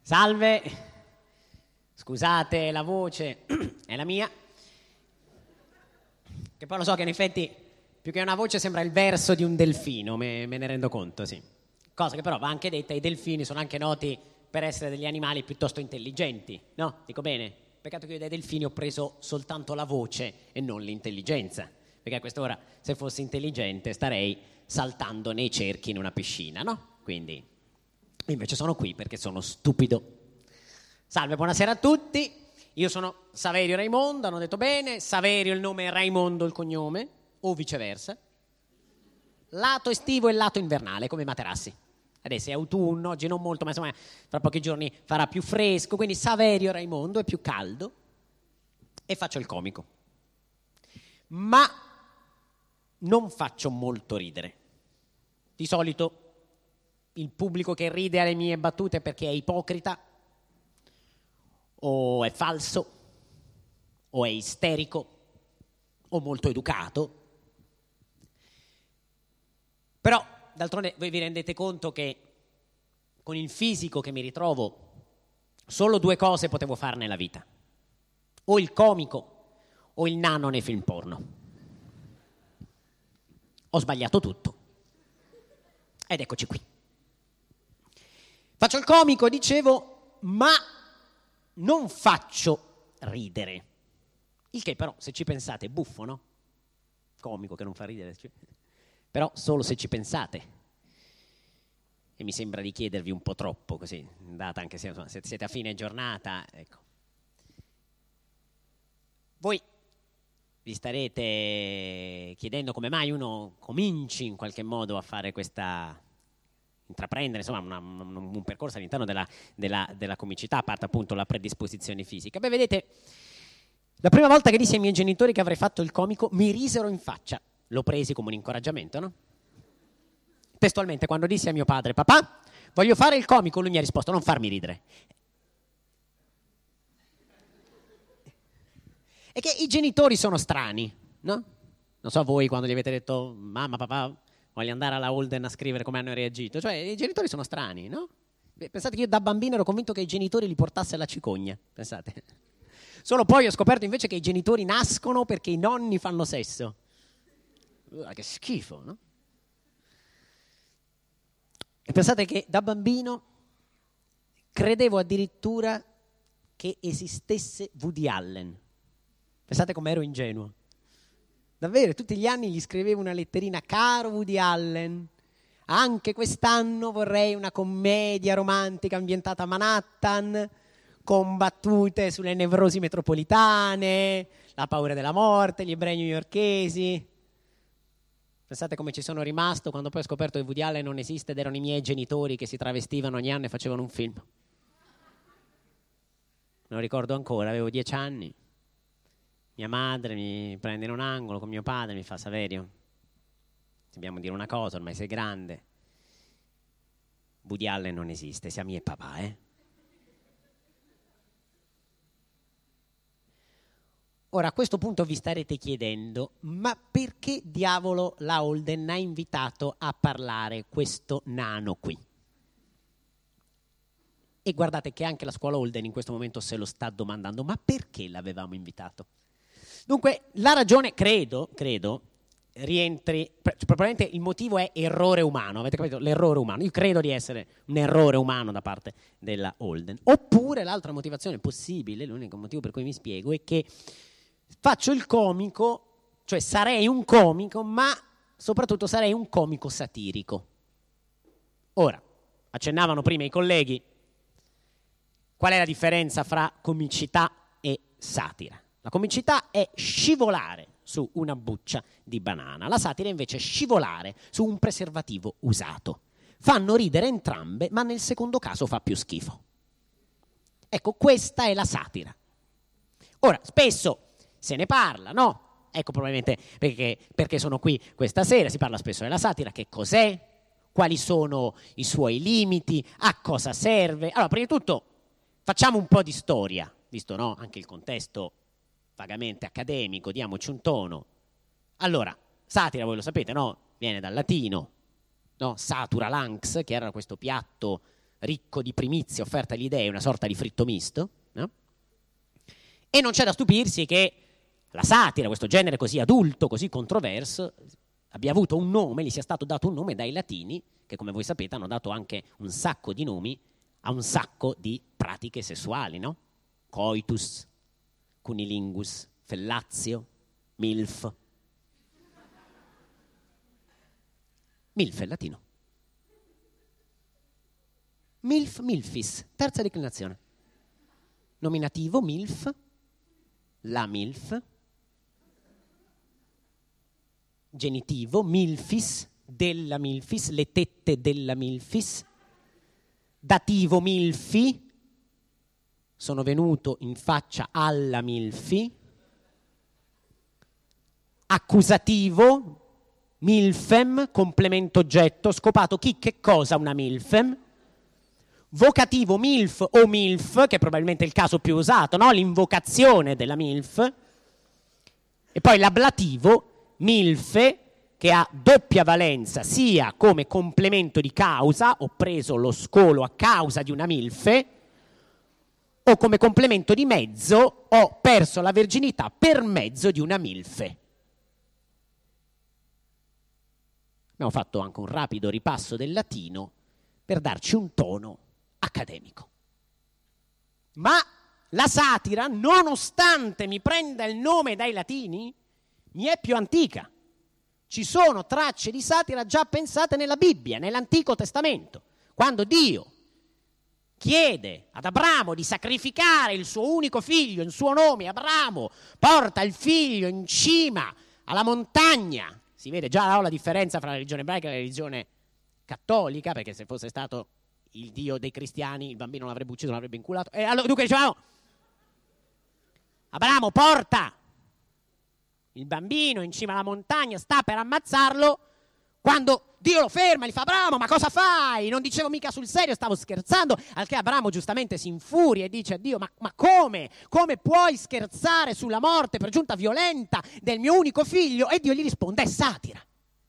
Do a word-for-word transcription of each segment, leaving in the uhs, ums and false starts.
Salve, scusate la voce, è la mia, che poi lo so che in effetti più che una voce sembra il verso di un delfino, me, me ne rendo conto, sì. Cosa che però va anche detta, i delfini sono anche noti per essere degli animali piuttosto intelligenti, no? Dico bene? Peccato che io dai delfini ho preso soltanto la voce e non l'intelligenza, perché a quest'ora se fossi intelligente starei saltando nei cerchi in una piscina, no? Quindi invece sono qui perché sono stupido. Salve, buonasera a tutti, io sono Saverio Raimondo, hanno detto bene, Saverio il nome, Raimondo il cognome, o viceversa. Lato estivo e lato invernale, come materassi. Adesso è autunno, oggi non molto, ma insomma fra pochi giorni farà più fresco, quindi Saverio Raimondo è più caldo e faccio il comico. Ma non faccio molto ridere. Di solito il pubblico che ride alle mie battute perché è ipocrita, o è falso, o è isterico, o molto educato. Però, d'altronde, voi vi rendete conto che con il fisico che mi ritrovo, solo due cose potevo fare nella vita. O il comico, o il nano nei film porno. Ho sbagliato tutto. Ed eccoci qui. Faccio il comico, dicevo, ma non faccio ridere. Il che però, se ci pensate, è buffo, no? Comico che non fa ridere. Però solo se ci pensate. E mi sembra di chiedervi un po' troppo, così, data anche se insomma, siete a fine giornata, ecco. Voi vi starete chiedendo come mai uno cominci in qualche modo a fare questa... intraprendere insomma una, un, un percorso all'interno della, della, della comicità, a parte appunto la predisposizione fisica. Beh, vedete, la prima volta che dissi ai miei genitori che avrei fatto il comico mi risero in faccia. L'ho presi come un incoraggiamento, no? Testualmente, quando dissi a mio padre: papà, voglio fare il comico, lui mi ha risposto: non farmi ridere. E che i genitori sono strani, no? Non so voi quando gli avete detto: mamma, papà, voglio andare alla Holden a scrivere come hanno reagito. Cioè, i genitori sono strani, no? Pensate che io da bambino ero convinto che i genitori li portasse alla cicogna. Pensate. Solo poi ho scoperto invece che i genitori nascono perché i nonni fanno sesso. Uh, che schifo, no? E pensate che da bambino credevo addirittura che esistesse Woody Allen. Pensate come ero ingenuo. Davvero, tutti gli anni gli scrivevo una letterina: caro Woody Allen, anche quest'anno vorrei una commedia romantica ambientata a Manhattan, con battute sulle nevrosi metropolitane, la paura della morte, gli ebrei newyorkesi. Pensate come ci sono rimasto quando poi ho scoperto che Woody Allen non esiste ed erano i miei genitori che si travestivano ogni anno e facevano un film. Me lo ricordo ancora, avevo dieci anni. Mia madre mi prende in un angolo con mio padre e mi fa: Saverio, dobbiamo dire una cosa, ormai sei grande. Woody Allen non esiste, siamo io e papà, eh? Ora, a questo punto vi starete chiedendo: ma perché diavolo la Holden ha invitato a parlare questo nano qui? E guardate che anche la scuola Holden in questo momento se lo sta domandando: ma perché l'avevamo invitato? Dunque, la ragione, credo, credo, rientri, probabilmente il motivo è errore umano, avete capito? L'errore umano. Io credo di essere un errore umano da parte della Holden. Oppure l'altra motivazione possibile, l'unico motivo per cui mi spiego, è che faccio il comico, cioè sarei un comico, ma soprattutto sarei un comico satirico. Ora, accennavano prima i colleghi, qual è la differenza fra comicità e satira? La comicità è scivolare su una buccia di banana, la satira invece è scivolare su un preservativo usato. Fanno ridere entrambe, ma nel secondo caso fa più schifo. Ecco, questa è la satira. Ora, spesso se ne parla, no? Ecco probabilmente perché, perché sono qui questa sera, si parla spesso della satira, che cos'è, quali sono i suoi limiti, a cosa serve. Allora, prima di tutto, facciamo un po' di storia, visto, no? Anche il contesto vagamente accademico, diamoci un tono. Allora, satira, voi lo sapete, no? Viene dal latino, no? Satura lanx, che era questo piatto ricco di primizie offerta agli dei, una sorta di fritto misto, no? E non c'è da stupirsi che la satira, questo genere così adulto, così controverso, abbia avuto un nome, gli sia stato dato un nome dai latini, che come voi sapete hanno dato anche un sacco di nomi a un sacco di pratiche sessuali, no? Coitus, cunilingus, fellatio, milf. Milf è latino. Milf, milfis, terza declinazione. Nominativo, milf, la milf. Genitivo, milfis, della milfis, le tette della milfis. Dativo, milfi, sono venuto in faccia alla milfi. Accusativo, milfem, complemento oggetto, scopato chi, che cosa una milfem. Vocativo, milf o milf, che è probabilmente il caso più usato, no? L'invocazione della milf. E poi l'ablativo, milfe, che ha doppia valenza, sia come complemento di causa, ho preso lo scolo a causa di una milfe, o come complemento di mezzo, ho perso la verginità per mezzo di una milfe. Abbiamo fatto anche un rapido ripasso del latino per darci un tono accademico. Ma la satira, nonostante mi prenda il nome dai latini, mi è più antica. Ci sono tracce di satira già pensate nella Bibbia, nell'Antico Testamento, quando Dio chiede ad Abramo di sacrificare il suo unico figlio in suo nome. Abramo porta il figlio in cima alla montagna. Si vede già la differenza fra la religione ebraica e la religione cattolica, perché se fosse stato il Dio dei cristiani il bambino non l'avrebbe ucciso, non l'avrebbe inculato. E allora dunque dicevamo, Abramo porta il bambino in cima alla montagna, sta per ammazzarlo, quando Dio lo ferma e gli fa: Abramo, ma cosa fai? Non dicevo mica sul serio, stavo scherzando. Al che Abramo giustamente si infuria e dice a Dio: ma, ma come? Come puoi scherzare sulla morte per giunta violenta del mio unico figlio? E Dio gli risponde: è satira.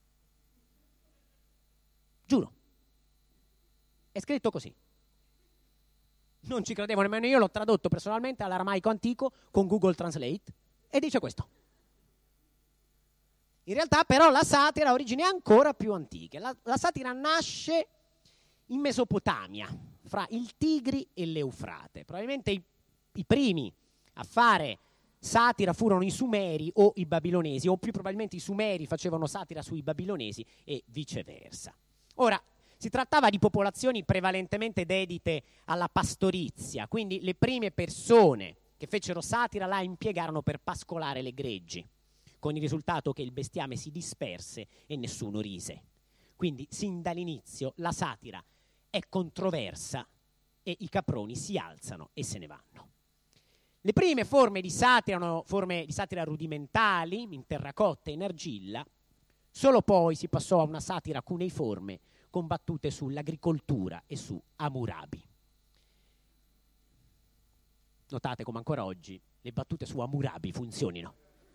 Giuro. È scritto così. Non ci credevo nemmeno io, l'ho tradotto personalmente all'aramaico antico con Google Translate e dice questo. In realtà però la satira ha origini ancora più antiche. La, la satira nasce in Mesopotamia, fra il Tigri e l'Eufrate. Probabilmente i, i primi a fare satira furono i Sumeri o i Babilonesi, o più probabilmente i Sumeri facevano satira sui Babilonesi e viceversa. Ora, si trattava di popolazioni prevalentemente dedite alla pastorizia, quindi le prime persone che fecero satira la impiegarono per pascolare le greggi, con il risultato che il bestiame si disperse e nessuno rise. Quindi, sin dall'inizio, la satira è controversa e i caproni si alzano e se ne vanno. Le prime forme di satira erano forme di satira rudimentali, in terracotta e in argilla, solo poi si passò a una satira cuneiforme con battute sull'agricoltura e su Hammurabi. Notate come ancora oggi le battute su Hammurabi funzionino.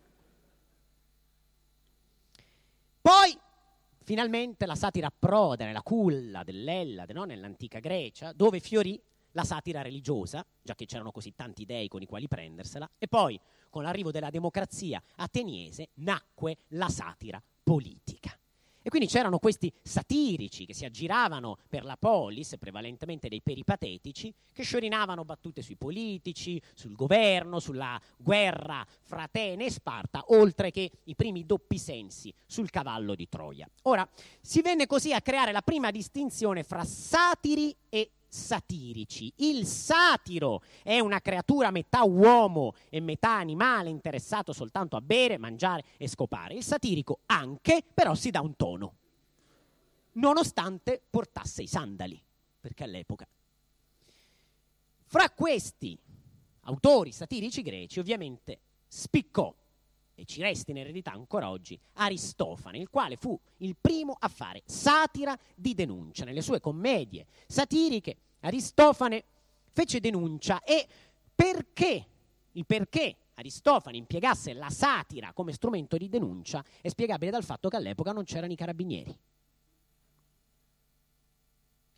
Poi, finalmente, la satira approda nella culla dell'Ellade, no? Nell'antica Grecia, dove fiorì la satira religiosa, già che c'erano così tanti dei con i quali prendersela, e poi, con l'arrivo della democrazia ateniese, nacque la satira politica. E quindi c'erano questi satirici che si aggiravano per la polis, prevalentemente dei peripatetici, che sciorinavano battute sui politici, sul governo, sulla guerra fra Atene e Sparta, oltre che i primi doppi sensi sul cavallo di Troia. Ora, si venne così a creare la prima distinzione fra satiri e satirici. Il satiro è una creatura metà uomo e metà animale interessato soltanto a bere, mangiare e scopare. Il satirico anche, però si dà un tono, nonostante portasse i sandali, perché all'epoca. Fra questi autori satirici greci ovviamente spiccò, e ci resta in eredità ancora oggi, Aristofane, il quale fu il primo a fare satira di denuncia. Nelle sue commedie satiriche Aristofane fece denuncia, e perché, il perché Aristofane impiegasse la satira come strumento di denuncia è spiegabile dal fatto che all'epoca non c'erano i carabinieri.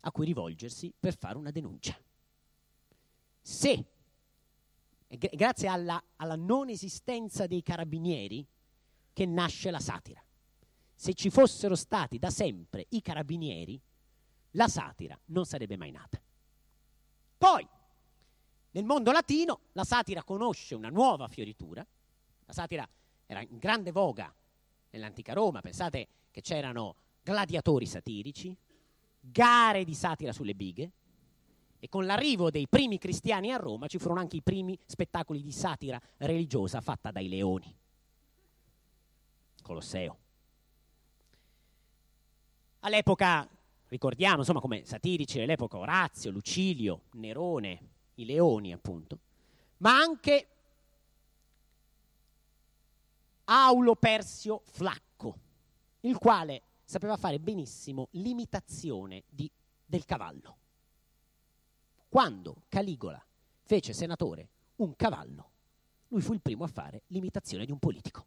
a cui rivolgersi per fare una denuncia. Se, è grazie alla, alla non esistenza dei carabinieri che nasce la satira. Se ci fossero stati da sempre i carabinieri, la satira non sarebbe mai nata. Poi, nel mondo latino, la satira conosce una nuova fioritura. La satira era in grande voga nell'antica Roma. Pensate che c'erano gladiatori satirici, gare di satira sulle bighe, e con l'arrivo dei primi cristiani a Roma ci furono anche i primi spettacoli di satira religiosa fatta dai leoni. Colosseo. All'epoca, ricordiamo, insomma, come satirici all'epoca Orazio, Lucilio, Nerone, i leoni appunto, ma anche Aulo Persio Flacco, il quale sapeva fare benissimo l'imitazione di, del cavallo. Quando Caligola fece senatore un cavallo, lui fu il primo a fare l'imitazione di un politico.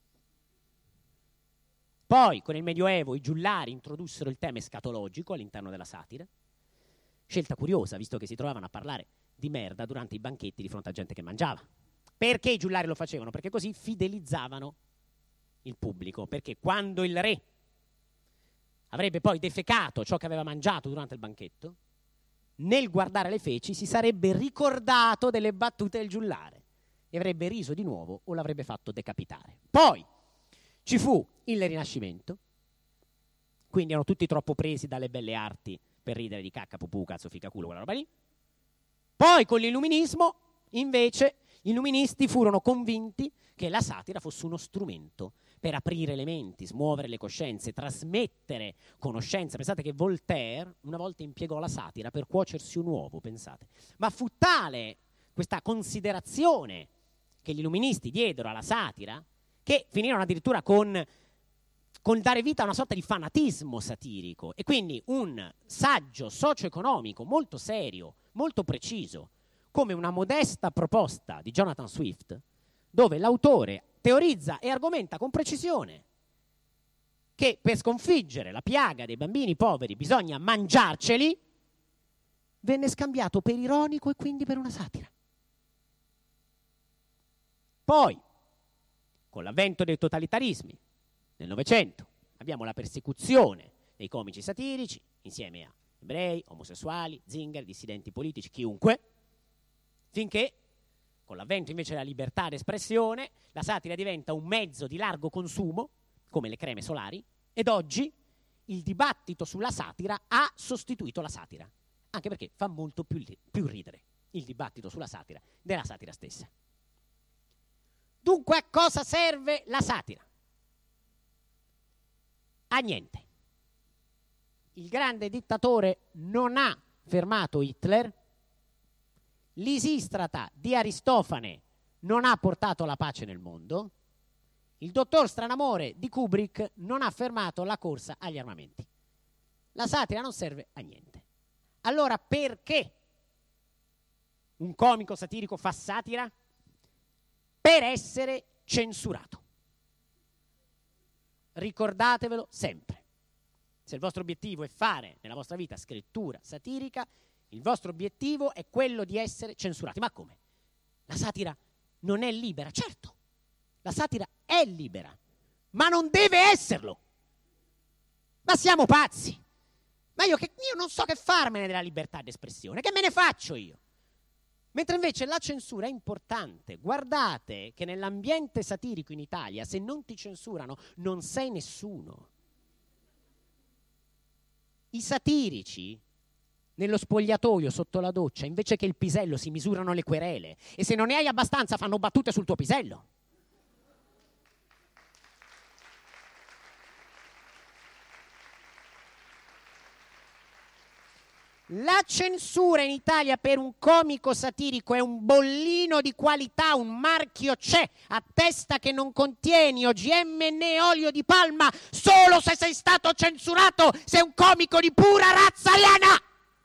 Poi, con il Medioevo, i giullari introdussero il tema escatologico all'interno della satira. Scelta curiosa, visto che si trovavano a parlare di merda durante i banchetti di fronte a gente che mangiava. Perché i giullari lo facevano? Perché così fidelizzavano il pubblico. Perché quando il re avrebbe poi defecato ciò che aveva mangiato durante il banchetto, nel guardare le feci si sarebbe ricordato delle battute del giullare e avrebbe riso di nuovo o l'avrebbe fatto decapitare. Poi ci fu il Rinascimento, quindi erano tutti troppo presi dalle belle arti per ridere di cacca, pupù, cazzo, fica, culo, quella roba lì. Poi con l'illuminismo, invece, gli illuministi furono convinti che la satira fosse uno strumento per aprire le menti, smuovere le coscienze, trasmettere conoscenza. Pensate che Voltaire una volta impiegò la satira per cuocersi un uovo, pensate. Ma fu tale questa considerazione che gli illuministi diedero alla satira che finirono addirittura con, con dare vita a una sorta di fanatismo satirico. E quindi un saggio socio-economico molto serio, molto preciso, come una modesta proposta di Jonathan Swift, dove l'autore teorizza e argomenta con precisione che per sconfiggere la piaga dei bambini poveri bisogna mangiarceli, venne scambiato per ironico e quindi per una satira. Poi, con l'avvento dei totalitarismi nel Novecento, abbiamo la persecuzione dei comici satirici insieme a ebrei, omosessuali, zingari, dissidenti politici, chiunque, finché con l'avvento invece della libertà d'espressione la satira diventa un mezzo di largo consumo, come le creme solari, ed oggi il dibattito sulla satira ha sostituito la satira, anche perché fa molto più, più ridere il dibattito sulla satira della satira stessa. Dunque a cosa serve la satira? A niente. Il grande dittatore non ha fermato Hitler, l'Isistrata di Aristofane non ha portato la pace nel mondo, il dottor Stranamore di Kubrick non ha fermato la corsa agli armamenti. La satira non serve a niente. Allora perché un comico satirico fa satira? Per essere censurato. Ricordatevelo sempre. Se il vostro obiettivo è fare nella vostra vita scrittura satirica, il vostro obiettivo è quello di essere censurati. Ma come? La satira non è libera? Certo, la satira è libera, ma non deve esserlo. Ma siamo pazzi. Ma io, che, io non so che farmene della libertà d'espressione, che me ne faccio io? Mentre invece la censura è importante. Guardate che nell'ambiente satirico in Italia, se non ti censurano, non sei nessuno. I satirici nello spogliatoio sotto la doccia, invece che il pisello, si misurano le querele, e se non ne hai abbastanza fanno battute sul tuo pisello. La censura in Italia per un comico satirico è un bollino di qualità, un marchio c'è, attesta che non contieni O G M né olio di palma, solo se sei stato censurato, sei un comico di pura razza ariana.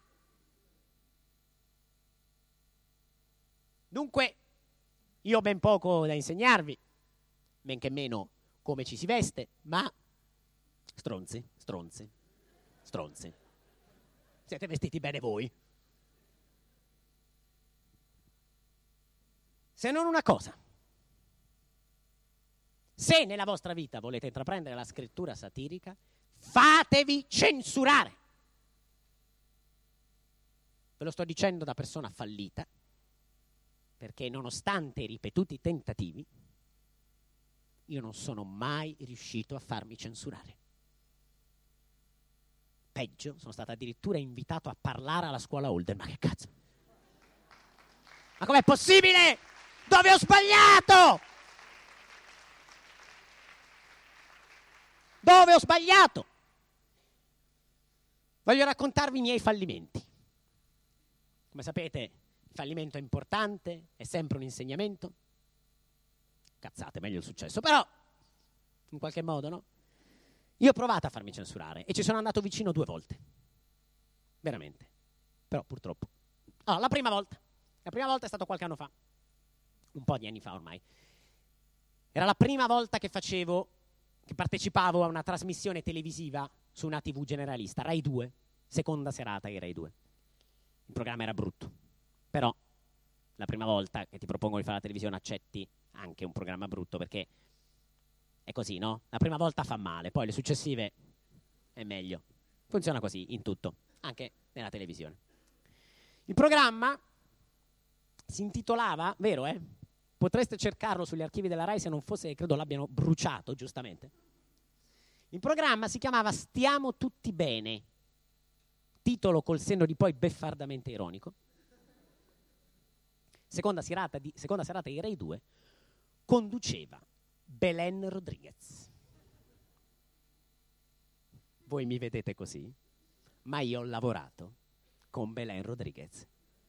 Dunque, io ho ben poco da insegnarvi, men che meno come ci si veste, ma stronzi, stronzi, stronzi. siete vestiti bene voi. Se non una cosa, se nella vostra vita volete intraprendere la scrittura satirica, fatevi censurare. Ve lo sto dicendo da persona fallita, perché nonostante i ripetuti tentativi, io non sono mai riuscito a farmi censurare. Peggio, sono stato addirittura invitato a parlare alla scuola Holden. Ma che cazzo? Ma com'è possibile? Dove ho sbagliato? Dove ho sbagliato? Voglio raccontarvi i miei fallimenti. Come sapete, il fallimento è importante, è sempre un insegnamento. Cazzate, meglio il successo, però in qualche modo, no? Io ho provato a farmi censurare e ci sono andato vicino due volte. Veramente. Però purtroppo. Allora, la prima volta. La prima volta è stato qualche anno fa. Un po' di anni fa ormai. Era la prima volta che facevo, che partecipavo a una trasmissione televisiva su una tivù generalista, Rai due, seconda serata di Rai due. Il programma era brutto, però la prima volta che ti propongo di fare la televisione accetti anche un programma brutto, perché è così, no? La prima volta fa male, poi le successive è meglio. Funziona così in tutto, anche nella televisione. Il programma si intitolava, vero eh? Potreste cercarlo sugli archivi della Rai se non fosse, credo l'abbiano bruciato, giustamente. Il programma si chiamava Stiamo tutti bene, titolo col senno di poi beffardamente ironico. Seconda serata di, seconda serata di Rai due, conduceva Belen Rodriguez. Voi mi vedete così, ma io ho lavorato con Belen Rodriguez.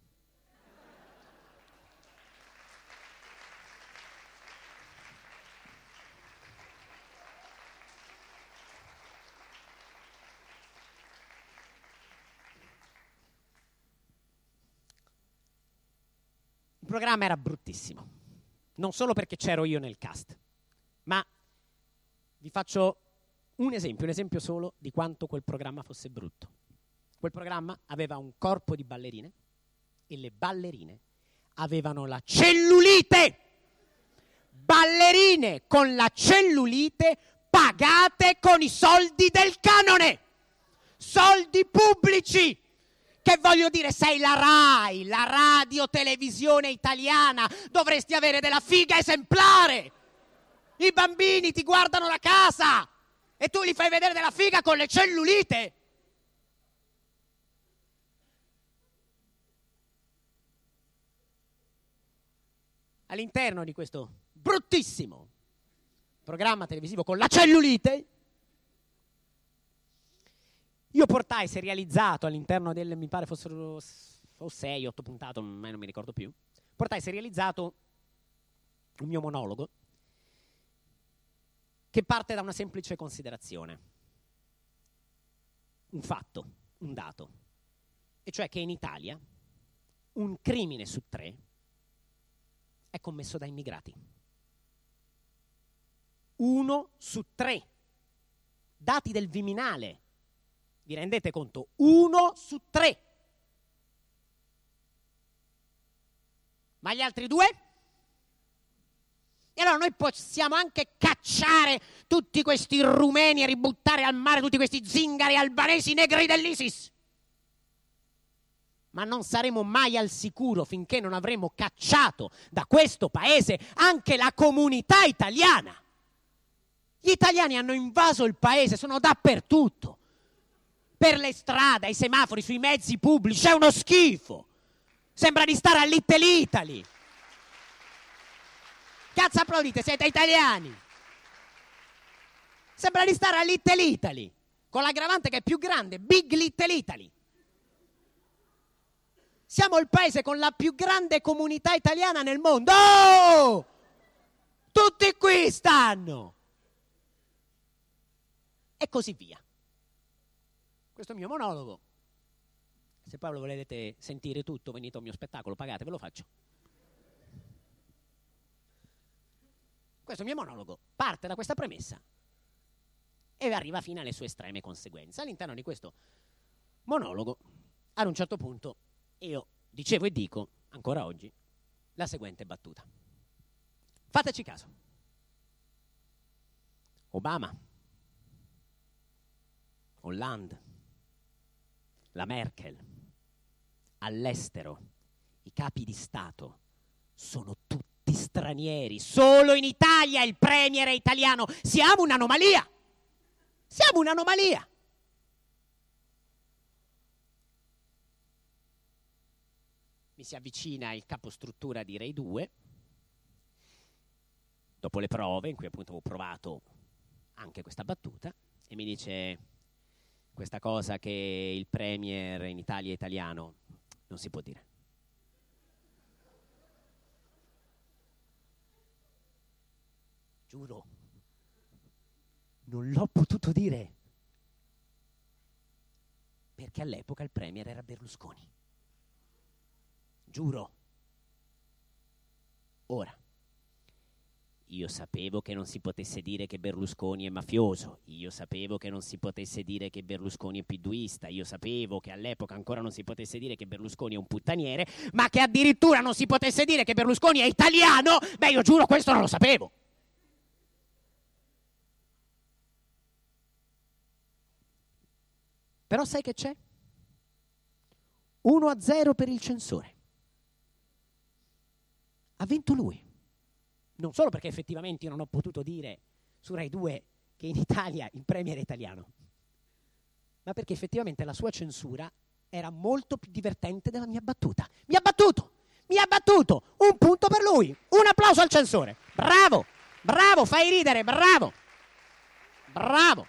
Il programma era bruttissimo, non solo perché c'ero io nel cast, ma vi faccio un esempio, un esempio solo di quanto quel programma fosse brutto. Quel programma aveva un corpo di ballerine e le ballerine avevano la cellulite. Ballerine con la cellulite pagate con i soldi del canone, soldi pubblici. Che voglio dire, sei la Rai, la radio televisione italiana, dovresti avere della figa esemplare. I bambini ti guardano da casa e tu li fai vedere della figa con le cellulite. All'interno di questo bruttissimo programma televisivo con la cellulite, io portai serializzato all'interno del, mi pare fossero o sei, otto puntate, ma non mi ricordo più, portai serializzato un mio monologo che parte da una semplice considerazione, un fatto, un dato, e cioè che in Italia un crimine su tre è commesso da immigrati. Uno su tre. Dati del Viminale. Vi rendete conto? Uno su tre. Ma gli altri due? E allora noi possiamo anche cacciare tutti questi rumeni e ributtare al mare tutti questi zingari albanesi negri dell'ISIS. Ma non saremo mai al sicuro finché non avremo cacciato da questo paese anche la comunità italiana. Gli italiani hanno invaso il paese, sono dappertutto. Per le strade, ai semafori, sui mezzi pubblici, è uno schifo. Sembra di stare a Little Italy. Cazzo applaudite, siete italiani. Sembra di stare a Little Italy, con l'aggravante che è più grande, Big Little Italy. Siamo il paese con la più grande comunità italiana nel mondo. Oh! Tutti qui stanno. E così via. Questo è il mio monologo. Se poi lo volete sentire tutto, venite al mio spettacolo, pagate, ve lo faccio. Questo mio monologo parte da questa premessa e arriva fino alle sue estreme conseguenze. All'interno di questo monologo ad un certo punto io dicevo e dico, ancora oggi, la seguente battuta. Fateci caso. Obama, Hollande, la Merkel, all'estero, i capi di Stato sono tutti stranieri. Solo in Italia il premier è italiano. Siamo un'anomalia. Siamo un'anomalia. Mi si avvicina il capostruttura di Rai due, dopo le prove, in cui appunto avevo provato anche questa battuta, e mi dice: questa cosa che il premier in Italia è italiano non si può dire. Giuro, non l'ho potuto dire, perché all'epoca il premier era Berlusconi. Giuro. Ora, io sapevo che non si potesse dire che Berlusconi è mafioso, io sapevo che non si potesse dire che Berlusconi è piduista, io sapevo che all'epoca ancora non si potesse dire che Berlusconi è un puttaniere, ma che addirittura non si potesse dire che Berlusconi è italiano, beh, io giuro, questo non lo sapevo. Però sai che c'è? uno a zero per il censore. Ha vinto lui. Non solo perché effettivamente io non ho potuto dire su Rai due che in Italia il premier è italiano, ma perché effettivamente la sua censura era molto più divertente della mia battuta. Mi ha battuto! Mi ha battuto! Un punto per lui! Un applauso al censore! Bravo! Bravo! Fai ridere! Bravo! Bravo!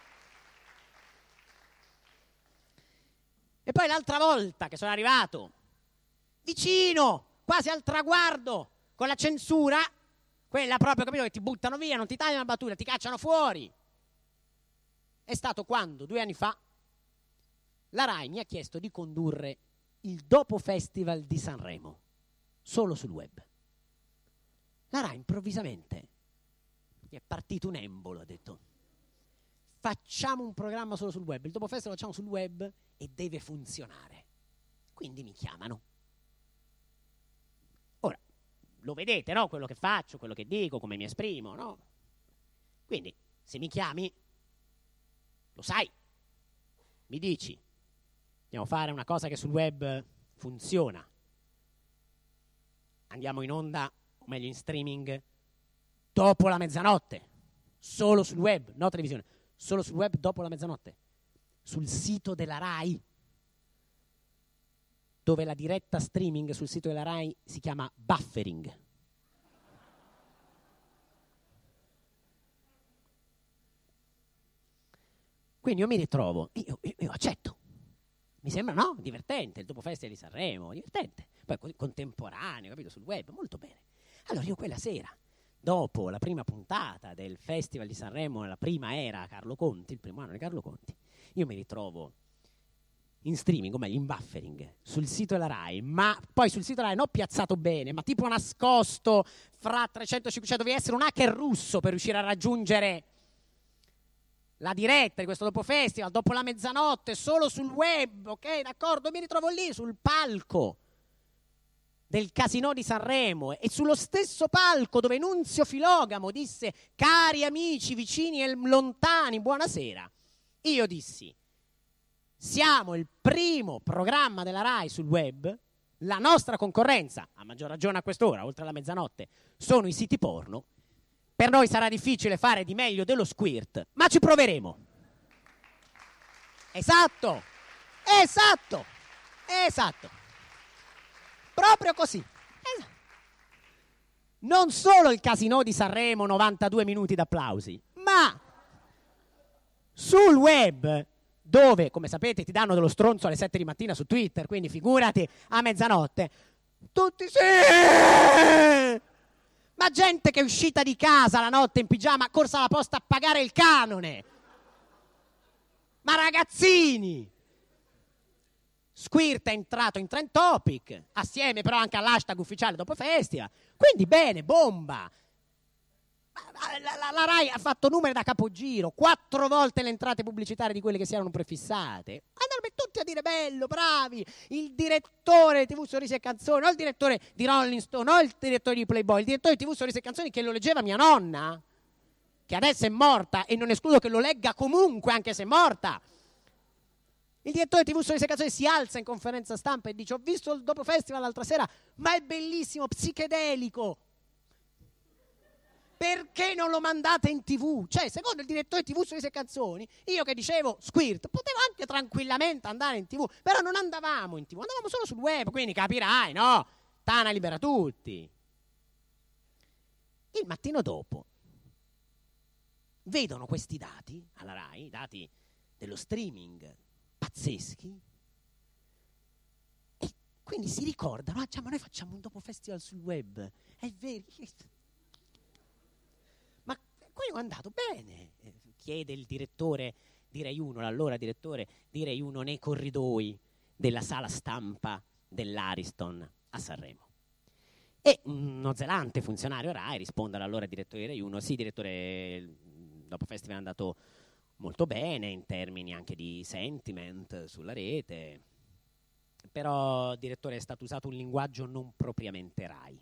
E poi l'altra volta che sono arrivato vicino, quasi al traguardo, con la censura, quella proprio, capito, che ti buttano via, non ti tagliano la battuta, ti cacciano fuori, è stato quando, due anni fa, la Rai mi ha chiesto di condurre il Dopo Festival di Sanremo, solo sul web. La Rai improvvisamente gli è partito un embolo, ha detto: facciamo un programma solo sul web, il Dopo Festival lo facciamo sul web e deve funzionare. Quindi mi chiamano. Ora, lo vedete, no? Quello che faccio, quello che dico, come mi esprimo, no? Quindi, se mi chiami, lo sai, mi dici: andiamo a fare una cosa che sul web funziona. Andiamo in onda, o meglio in streaming, dopo la mezzanotte, solo sul web, no televisione, solo sul web dopo la mezzanotte, sul sito della Rai, dove la diretta streaming sul sito della Rai si chiama buffering. Quindi io mi ritrovo, io, io, io accetto. Mi sembra, no, divertente, il Dopo Festival di Sanremo, divertente. Poi contemporaneo, capito, sul web, molto bene. Allora io quella sera, dopo la prima puntata del Festival di Sanremo, la prima era Carlo Conti, il primo anno di Carlo Conti, io mi ritrovo in streaming, o meglio in buffering, sul sito della Rai, ma poi sul sito della Rai non piazzato bene, ma tipo nascosto fra trecento e cinquecento, devi essere un hacker russo per riuscire a raggiungere la diretta di questo Dopo Festival, dopo la mezzanotte, solo sul web, ok, d'accordo? Mi ritrovo lì sul palco del Casinò di Sanremo, e sullo stesso palco dove Nunzio Filogamo disse: cari amici vicini e lontani, buonasera. Io dissi: siamo il primo programma della Rai sul web, la nostra concorrenza, a maggior ragione a quest'ora, oltre alla mezzanotte, sono i siti porno. Per noi sarà difficile fare di meglio dello squirt, ma ci proveremo. Esatto, esatto, esatto. Proprio così. Esatto. Non solo il Casinò di Sanremo, novantadue minuti d'applausi, ma sul web, dove, come sapete, ti danno dello stronzo alle sette di mattina su Twitter, quindi figurati a mezzanotte, tutti sì! Ma gente che è uscita di casa la notte in pigiama, corsa alla posta a pagare il canone. Ma ragazzini! Squirt è entrato in trend topic, assieme però anche all'hashtag ufficiale Dopo Festival. Quindi bene, bomba. La, la, la Rai ha fatto numeri da capogiro, quattro volte le entrate pubblicitarie di quelle che si erano prefissate. Andavano tutti tutti a dire bello, bravi, il direttore di tivù Sorrisi e Canzoni, non il direttore di Rolling Stone, non il direttore di Playboy, il direttore di tivù Sorrisi e Canzoni che lo leggeva mia nonna, che adesso è morta e non escludo che lo legga comunque anche se è morta. Il direttore di tivù Sorrisi e Canzoni si alza in conferenza stampa e dice: ho visto il dopo festival l'altra sera, ma è bellissimo, psichedelico. Perché non lo mandate in tivù? Cioè, secondo il direttore di tivù Sorrisi e Canzoni, io che dicevo Squirt, potevo anche tranquillamente andare in tivù, però non andavamo in tivù, andavamo solo sul web, quindi capirai, no? Tana libera tutti. Il mattino dopo vedono questi dati alla Rai, dati dello streaming pazzeschi, e quindi si ricordano: ah già, ma noi facciamo un dopo festival sul web, è vero. Ma quello è andato bene, chiede il direttore di Rai uno, l'allora direttore di Rai uno, nei corridoi della sala stampa dell'Ariston a Sanremo. E uno zelante funzionario Rai risponde all'allora direttore di Rai uno: sì direttore, il dopo festival è andato molto bene in termini anche di sentiment sulla rete, però direttore è stato usato un linguaggio non propriamente Rai.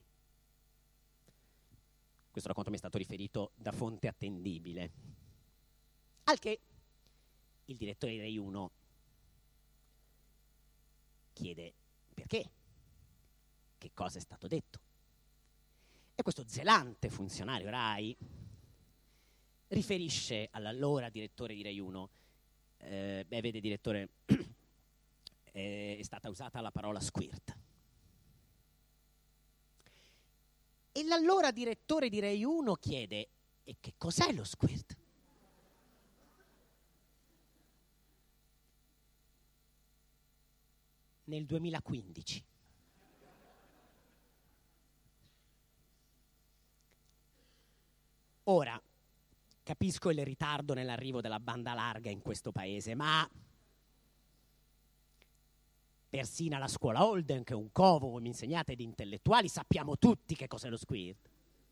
Questo racconto mi è stato riferito da fonte attendibile. Al che il direttore di Rai uno chiede perché, che cosa è stato detto. E questo zelante funzionario Rai riferisce all'allora direttore di Rai uno: eh, beh, vede direttore, eh, è stata usata la parola squirt. E l'allora direttore di Rai uno chiede: e che cos'è lo squirt? Nel duemilaquindici. Ora, capisco il ritardo nell'arrivo della banda larga in questo paese, ma persino alla scuola Holden, che è un covo, voi mi insegnate, di intellettuali, sappiamo tutti che cos'è lo squirt.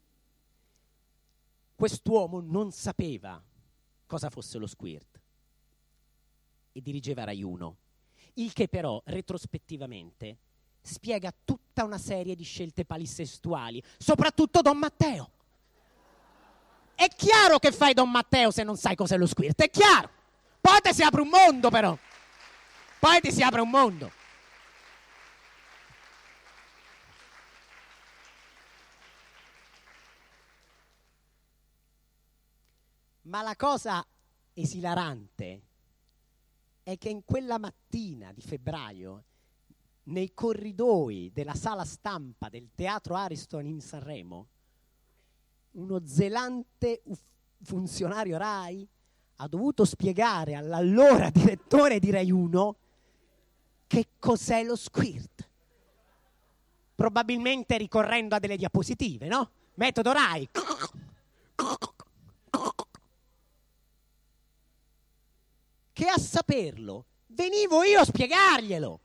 Quest'uomo non sapeva cosa fosse lo squirt e dirigeva Rai uno, il che però retrospettivamente spiega tutta una serie di scelte palisessuali, soprattutto Don Matteo. È chiaro che fai Don Matteo se non sai cos'è lo squirt, è chiaro. Poi ti si apre un mondo però, poi ti si apre un mondo. Ma la cosa esilarante è che in quella mattina di febbraio, nei corridoi della sala stampa del Teatro Ariston in Sanremo, uno zelante uff- funzionario Rai ha dovuto spiegare all'allora direttore di Rai uno che cos'è lo squirt. Probabilmente ricorrendo a delle diapositive, no? Metodo Rai. Che a saperlo venivo io a spiegarglielo,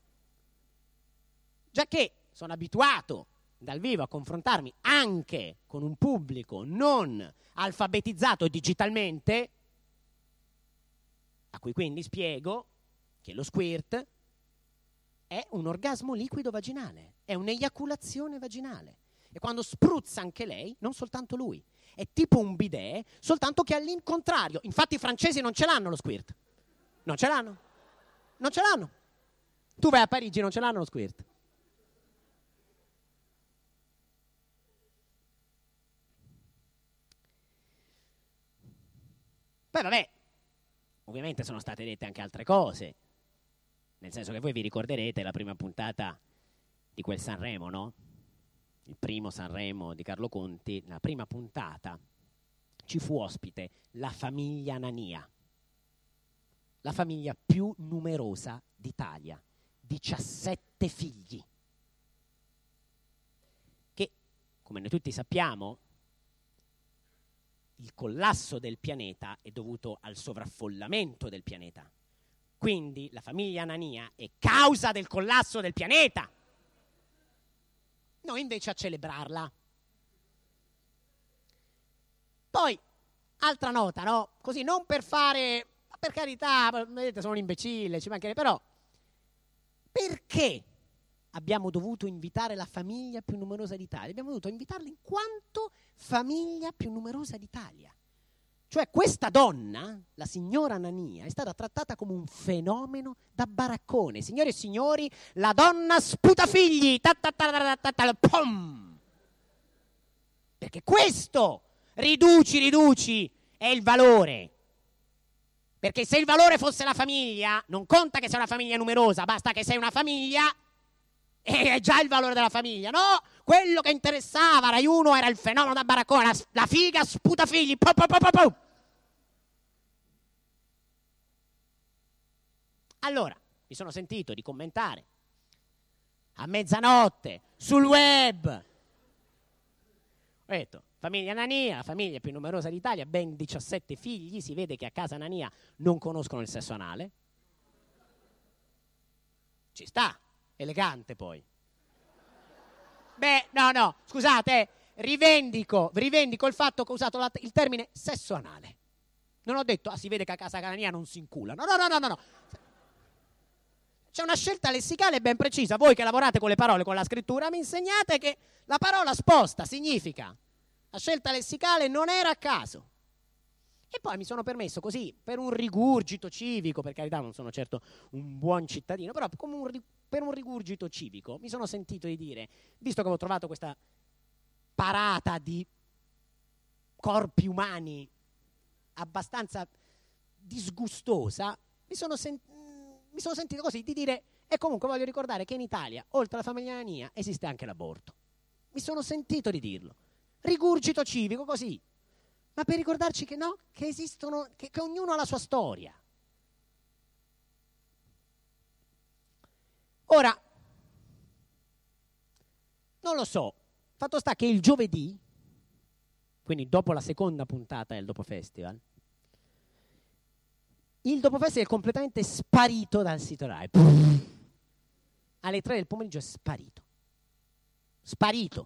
già che sono abituato dal vivo a confrontarmi anche con un pubblico non alfabetizzato digitalmente, a cui quindi spiego che lo squirt è un orgasmo liquido vaginale, è un'eiaculazione vaginale, e quando spruzza anche lei, non soltanto lui, è tipo un bidet, soltanto che all'incontrario. Infatti i francesi non ce l'hanno lo squirt, non ce l'hanno, non ce l'hanno. Tu vai a Parigi, non ce l'hanno lo squirt. Poi vabbè, ovviamente sono state dette anche altre cose, nel senso che voi vi ricorderete la prima puntata di quel Sanremo, no? Il primo Sanremo di Carlo Conti, nella prima puntata ci fu ospite la famiglia Nania, la famiglia più numerosa d'Italia, diciassette figli, che, come noi tutti sappiamo, il collasso del pianeta è dovuto al sovraffollamento del pianeta. Quindi la famiglia Nania è causa del collasso del pianeta. Noi invece a celebrarla. Poi, altra nota, no? Così, non per fare per carità, vedete, sono un imbecille, ci mancherebbe, però perché abbiamo dovuto invitare la famiglia più numerosa d'Italia? Abbiamo dovuto invitarla in quanto famiglia più numerosa d'Italia. Cioè questa donna, la signora Nania, è stata trattata come un fenomeno da baraccone. Signore e signori, la donna sputa figli! Ta ta ta ta ta ta, pom! Perché questo, riduci, riduci, è il valore. Perché se il valore fosse la famiglia, non conta che sia una famiglia numerosa, basta che sei una famiglia e è già il valore della famiglia. No, quello che interessava Rai uno era il fenomeno da baraccone, la, la figa sputa figli, pom, pom, pom, pom. Allora, mi sono sentito di commentare a mezzanotte sul web. Ho detto, famiglia Nania, la famiglia più numerosa d'Italia, ben diciassette figli, si vede che a casa Nania non conoscono il sesso anale. Ci sta, elegante poi. Beh, no, no, scusate, rivendico, rivendico il fatto che ho usato la, il termine sesso anale. Non ho detto, ah, si vede che a casa Nania non si incula. No, no, no, no, no, no. C'è una scelta lessicale ben precisa. Voi che lavorate con le parole, con la scrittura, mi insegnate che la parola sposta significa la scelta lessicale non era a caso. E poi mi sono permesso così, per un rigurgito civico, per carità non sono certo un buon cittadino, però come un, per un rigurgito civico mi sono sentito di dire, visto che avevo trovato questa parata di corpi umani abbastanza disgustosa, mi sono sentito Mi sono sentito così di dire, e comunque voglio ricordare che in Italia, oltre alla famiglia Nania, esiste anche l'aborto. Mi sono sentito di dirlo. Rigurgito civico, così. Ma per ricordarci che no, che esistono, che, che ognuno ha la sua storia. Ora, non lo so, fatto sta che il giovedì, quindi dopo la seconda puntata del Dopo Festival, il Dopo Festival è completamente sparito dal sito Rai. Alle tre del pomeriggio è sparito. Sparito.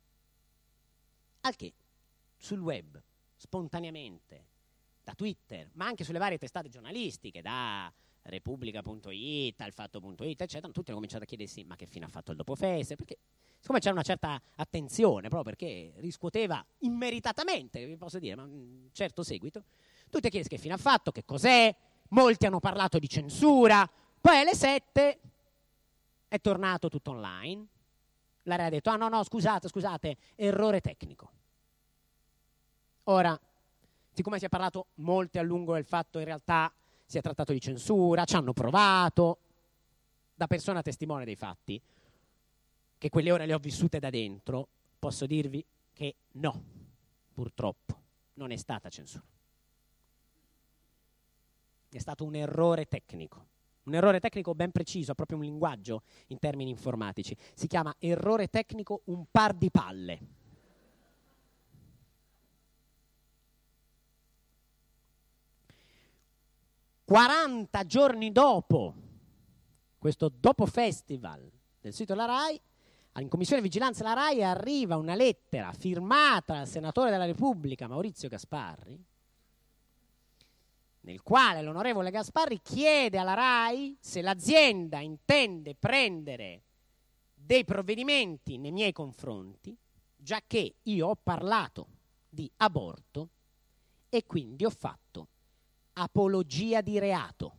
Al che sul web, spontaneamente, da Twitter, ma anche sulle varie testate giornalistiche, da Repubblica punto it, al Fatto punto it, eccetera, tutti hanno cominciato a chiedersi ma che fine ha fatto il Dopo Festival, perché siccome c'era una certa attenzione, proprio perché riscuoteva immeritatamente, vi posso dire, ma un certo seguito, tutti a chiedersi che fine ha fatto, che cos'è, molti hanno parlato di censura, poi alle sette è tornato tutto online, la Rai ha detto, ah no no scusate, scusate, errore tecnico. Ora, siccome si è parlato molto a lungo del fatto in realtà si è trattato di censura, ci hanno provato, da persona testimone dei fatti, che quelle ore le ho vissute da dentro, posso dirvi che no, purtroppo, non è stata censura. È stato un errore tecnico, un errore tecnico ben preciso, ha proprio un linguaggio in termini informatici. Si chiama errore tecnico un par di palle. quaranta giorni dopo questo Dopo Festival del sito della Rai, in commissione vigilanza della Rai arriva una lettera firmata dal senatore della Repubblica Maurizio Gasparri, nel quale l'onorevole Gasparri chiede alla Rai se l'azienda intende prendere dei provvedimenti nei miei confronti, giacché io ho parlato di aborto e quindi ho fatto apologia di reato.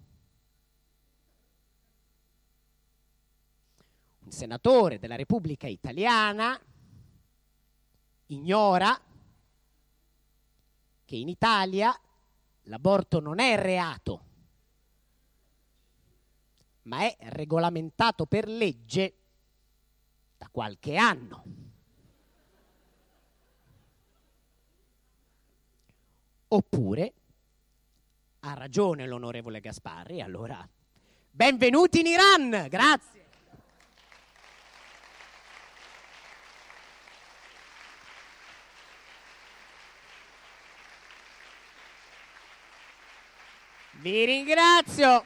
Un senatore della Repubblica Italiana ignora che in Italia l'aborto non è reato, ma è regolamentato per legge da qualche anno. Oppure ha ragione l'onorevole Gasparri, allora benvenuti in Iran, grazie. Vi ringrazio.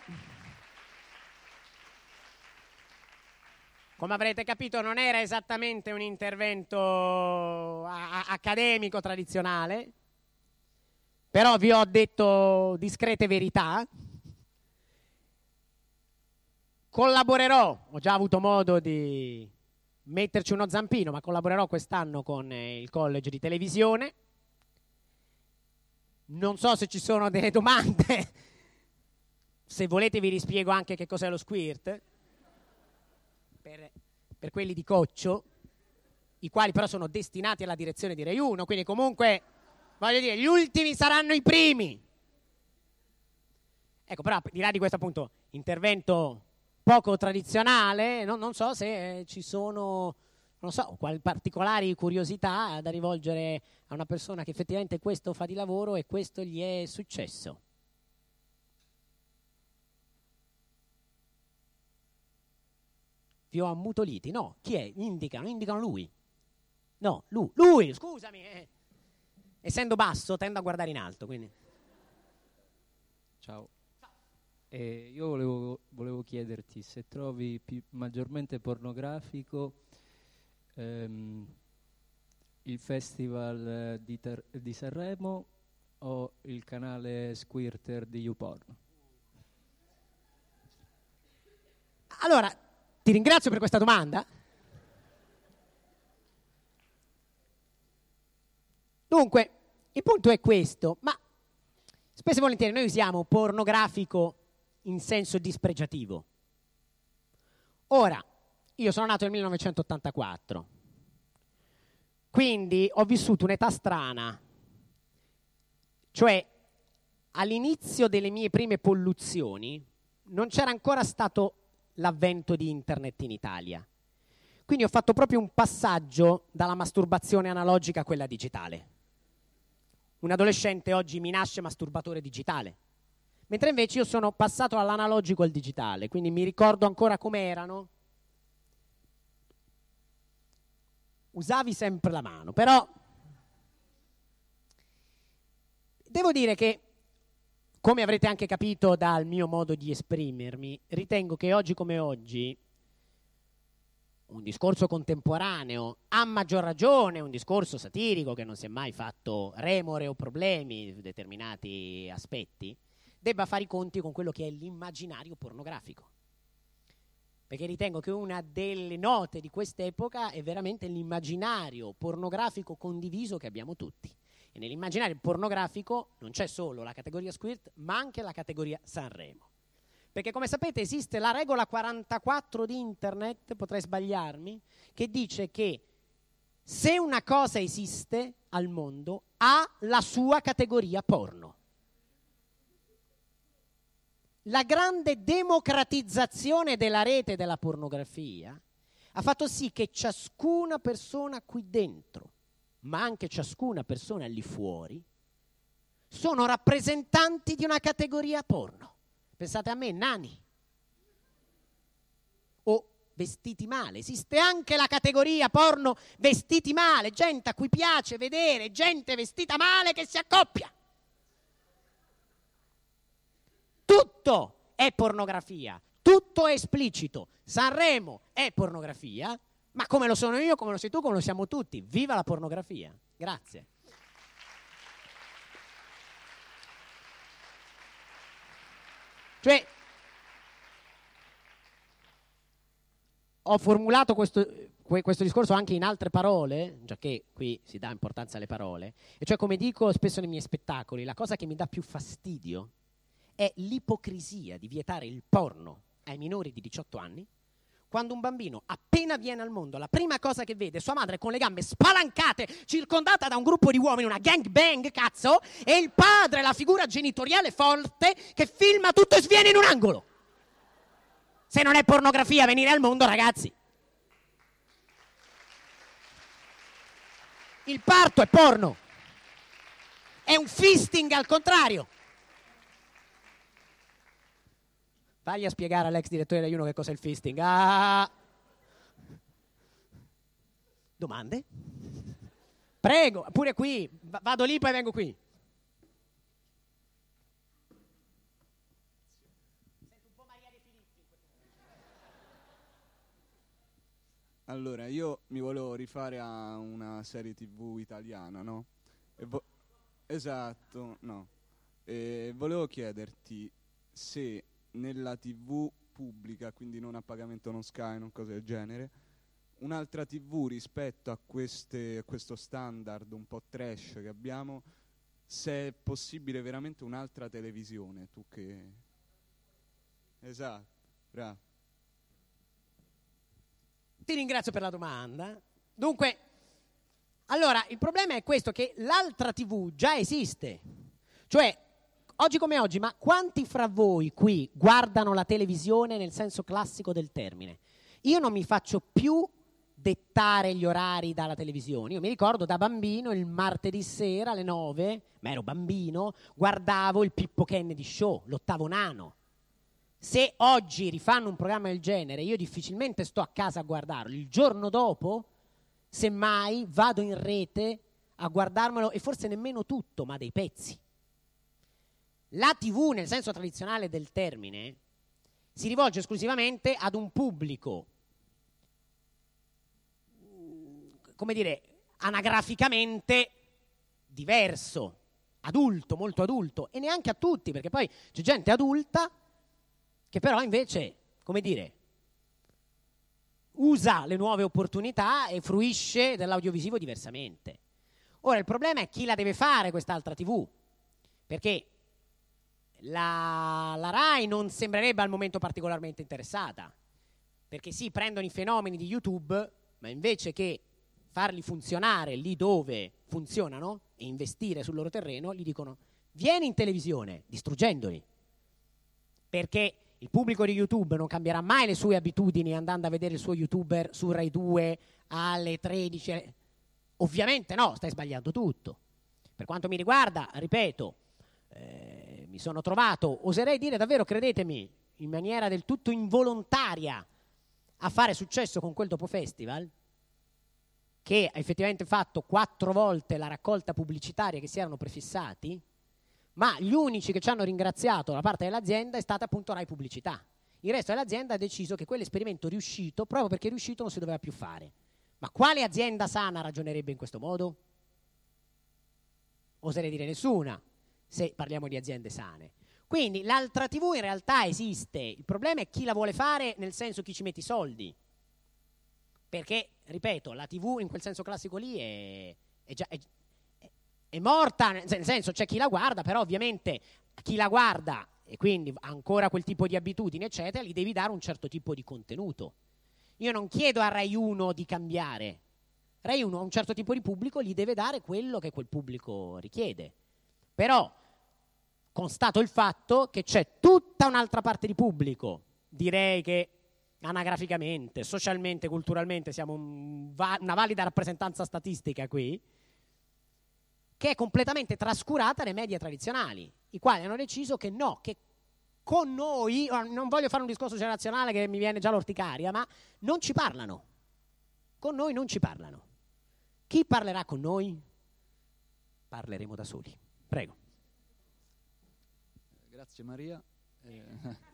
Come avrete capito non era esattamente un intervento a- a- accademico tradizionale, però vi ho detto discrete verità. Collaborerò, ho già avuto modo di metterci uno zampino, ma collaborerò quest'anno con eh, il college di televisione. Non so se ci sono delle domande, se volete vi rispiego anche che cos'è lo squirt, per, per quelli di Coccio, i quali però sono destinati alla direzione di Rai uno, quindi comunque, voglio dire, gli ultimi saranno i primi. Ecco, però, di là di questo appunto intervento poco tradizionale, no, non so se eh, ci sono, non so, quali particolari curiosità da rivolgere a una persona che effettivamente questo fa di lavoro e questo gli è successo. Vi ho ammutoliti? No, chi è? Indicano, indicano lui. No, lui, lui, scusami. Eh. Essendo basso tendo a guardare in alto, quindi. Ciao. Eh, io volevo, volevo chiederti se trovi più, maggiormente pornografico ehm, il festival di, Ter- di Sanremo o il canale Squirter di YouPorn. Allora, ti ringrazio per questa domanda. Dunque, il punto è questo, ma spesso e volentieri noi usiamo pornografico in senso dispregiativo. Ora, io sono nato nel millenovecentottantaquattro, quindi ho vissuto un'età strana, cioè all'inizio delle mie prime polluzioni non c'era ancora stato l'avvento di internet in Italia, quindi ho fatto proprio un passaggio dalla masturbazione analogica a quella digitale. Un adolescente oggi mi nasce masturbatore digitale, mentre invece io sono passato dall'analogico al digitale, quindi mi ricordo ancora come erano. Usavi sempre la mano, però devo dire che, come avrete anche capito dal mio modo di esprimermi, ritengo che oggi come oggi un discorso contemporaneo, a maggior ragione un discorso satirico che non si è mai fatto remore o problemi su determinati aspetti, debba fare i conti con quello che è l'immaginario pornografico. Perché ritengo che una delle note di quest'epoca è veramente l'immaginario pornografico condiviso che abbiamo tutti. E nell'immaginario pornografico non c'è solo la categoria Squirt, ma anche la categoria Sanremo. Perché come sapete esiste la regola quarantaquattro di internet, potrei sbagliarmi, che dice che se una cosa esiste al mondo ha la sua categoria porno. La grande democratizzazione della rete della pornografia ha fatto sì che ciascuna persona qui dentro, ma anche ciascuna persona lì fuori, sono rappresentanti di una categoria porno. Pensate a me, nani o vestiti male. Esiste anche la categoria porno vestiti male, gente a cui piace vedere gente vestita male che si accoppia. Tutto è pornografia, tutto è esplicito. Sanremo è pornografia, ma come lo sono io, come lo sei tu, come lo siamo tutti. Viva la pornografia. Grazie. Cioè, ho formulato questo, questo discorso anche in altre parole, già che qui si dà importanza alle parole, e cioè, come dico spesso nei miei spettacoli, la cosa che mi dà più fastidio è l'ipocrisia di vietare il porno ai minori di diciotto anni, quando un bambino appena viene al mondo, la prima cosa che vede è sua madre con le gambe spalancate, circondata da un gruppo di uomini, una gangbang, cazzo, e il padre, la figura genitoriale forte, che filma tutto e sviene in un angolo. Se non è pornografia venire al mondo, ragazzi. Il parto è porno. È un fisting al contrario. Vagli a spiegare all'ex direttore Rai uno che cos'è il fisting. Ah! Domande? Prego, pure qui. V- vado lì, poi vengo qui. Allora, io mi volevo rifare a una serie tivù italiana, no? E vo- Esatto, no. Eh, volevo chiederti se nella tivù pubblica, quindi non a pagamento, non Sky, non cose del genere, un'altra tivù rispetto a, queste, a questo standard un po' trash che abbiamo, se è possibile veramente un'altra televisione, tu che... Esatto, bravo. Ti ringrazio per la domanda. Dunque, allora, il problema è questo, che l'altra tivù già esiste. Cioè, oggi come oggi, ma quanti fra voi qui guardano la televisione nel senso classico del termine? Io non mi faccio più dettare gli orari dalla televisione. Io mi ricordo da bambino il martedì sera alle nove, ma ero bambino, guardavo il Pippo Kennedy Show, l'ottavo nano. Se oggi rifanno un programma del genere, io difficilmente sto a casa a guardarlo. Il giorno dopo, semmai, vado in rete a guardarmelo, e forse nemmeno tutto, ma dei pezzi. La tivù, nel senso tradizionale del termine, si rivolge esclusivamente ad un pubblico, come dire, anagraficamente diverso, adulto, molto adulto, e neanche a tutti, perché poi c'è gente adulta che però invece, come dire, usa le nuove opportunità e fruisce dell'audiovisivo diversamente. Ora, il problema è chi la deve fare quest'altra tivù, perché la, la Rai non sembrerebbe al momento particolarmente interessata, perché sì, prendono i fenomeni di YouTube, ma invece che farli funzionare lì dove funzionano e investire sul loro terreno, gli dicono vieni in televisione, distruggendoli, perché il pubblico di YouTube non cambierà mai le sue abitudini andando a vedere il suo YouTuber su Rai due alle tredici. Ovviamente no, stai sbagliando tutto. Per quanto mi riguarda, ripeto, eh, mi sono trovato, oserei dire davvero, credetemi, in maniera del tutto involontaria a fare successo con quel Dopo Festival, che ha effettivamente fatto quattro volte la raccolta pubblicitaria che si erano prefissati, ma gli unici che ci hanno ringraziato da parte dell'azienda è stata appunto Rai Pubblicità. Il resto dell'azienda ha deciso che quell'esperimento riuscito, proprio perché riuscito, non si doveva più fare. Ma quale azienda sana ragionerebbe in questo modo? Oserei dire nessuna, se parliamo di aziende sane. Quindi l'altra tivù in realtà esiste, il problema è chi la vuole fare, nel senso chi ci mette i soldi. Perché, ripeto, la tivù in quel senso classico lì è, è già... È, è morta, nel senso c'è chi la guarda, però ovviamente chi la guarda e quindi ancora quel tipo di abitudini eccetera, gli devi dare un certo tipo di contenuto. Io non chiedo a Rai uno di cambiare, Rai uno a un certo tipo di pubblico gli deve dare quello che quel pubblico richiede, però constato il fatto che c'è tutta un'altra parte di pubblico, direi che anagraficamente, socialmente, culturalmente siamo un va- una valida rappresentanza statistica qui, che è completamente trascurata dai media tradizionali, i quali hanno deciso che no, che con noi, non voglio fare un discorso generazionale che mi viene già l'orticaria, ma non ci parlano. Con noi non ci parlano. Chi parlerà con noi? Parleremo da soli. Prego. Grazie Maria. Eh,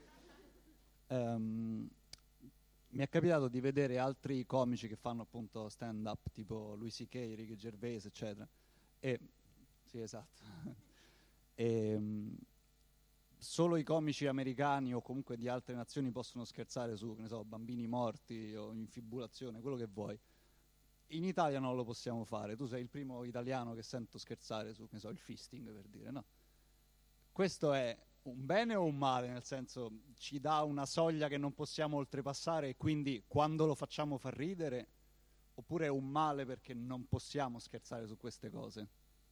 um, mi è capitato di vedere altri comici che fanno appunto stand up, tipo Louis C K, Ricky Gervais, eccetera. E, sì, esatto. e, um, solo i comici americani o comunque di altre nazioni possono scherzare su, che ne so, bambini morti o infibulazione, quello che vuoi. In Italia non lo possiamo fare. Tu sei il primo italiano che sento scherzare su, che ne so, il fisting, per dire, no? Questo è un bene o un male? Nel senso, ci dà una soglia che non possiamo oltrepassare e quindi quando lo facciamo fa ridere? Oppure è un male perché non possiamo scherzare su queste cose?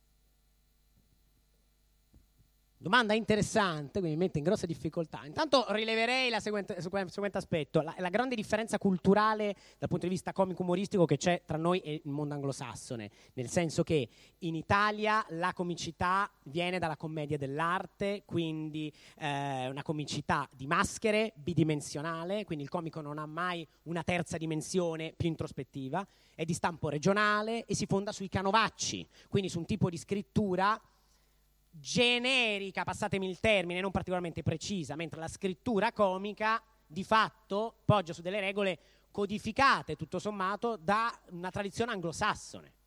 Domanda interessante, quindi mi mette in grossa difficoltà. Intanto rileverei la seguente, il seguente aspetto, la, la grande differenza culturale dal punto di vista comico-umoristico che c'è tra noi e il mondo anglosassone, nel senso che in Italia la comicità viene dalla commedia dell'arte, quindi eh, una comicità di maschere, bidimensionale, quindi il comico non ha mai una terza dimensione più introspettiva, è di stampo regionale e si fonda sui canovacci, quindi su un tipo di scrittura generica, passatemi il termine, non particolarmente precisa, mentre la scrittura comica di fatto poggia su delle regole codificate tutto sommato da una tradizione anglosassone.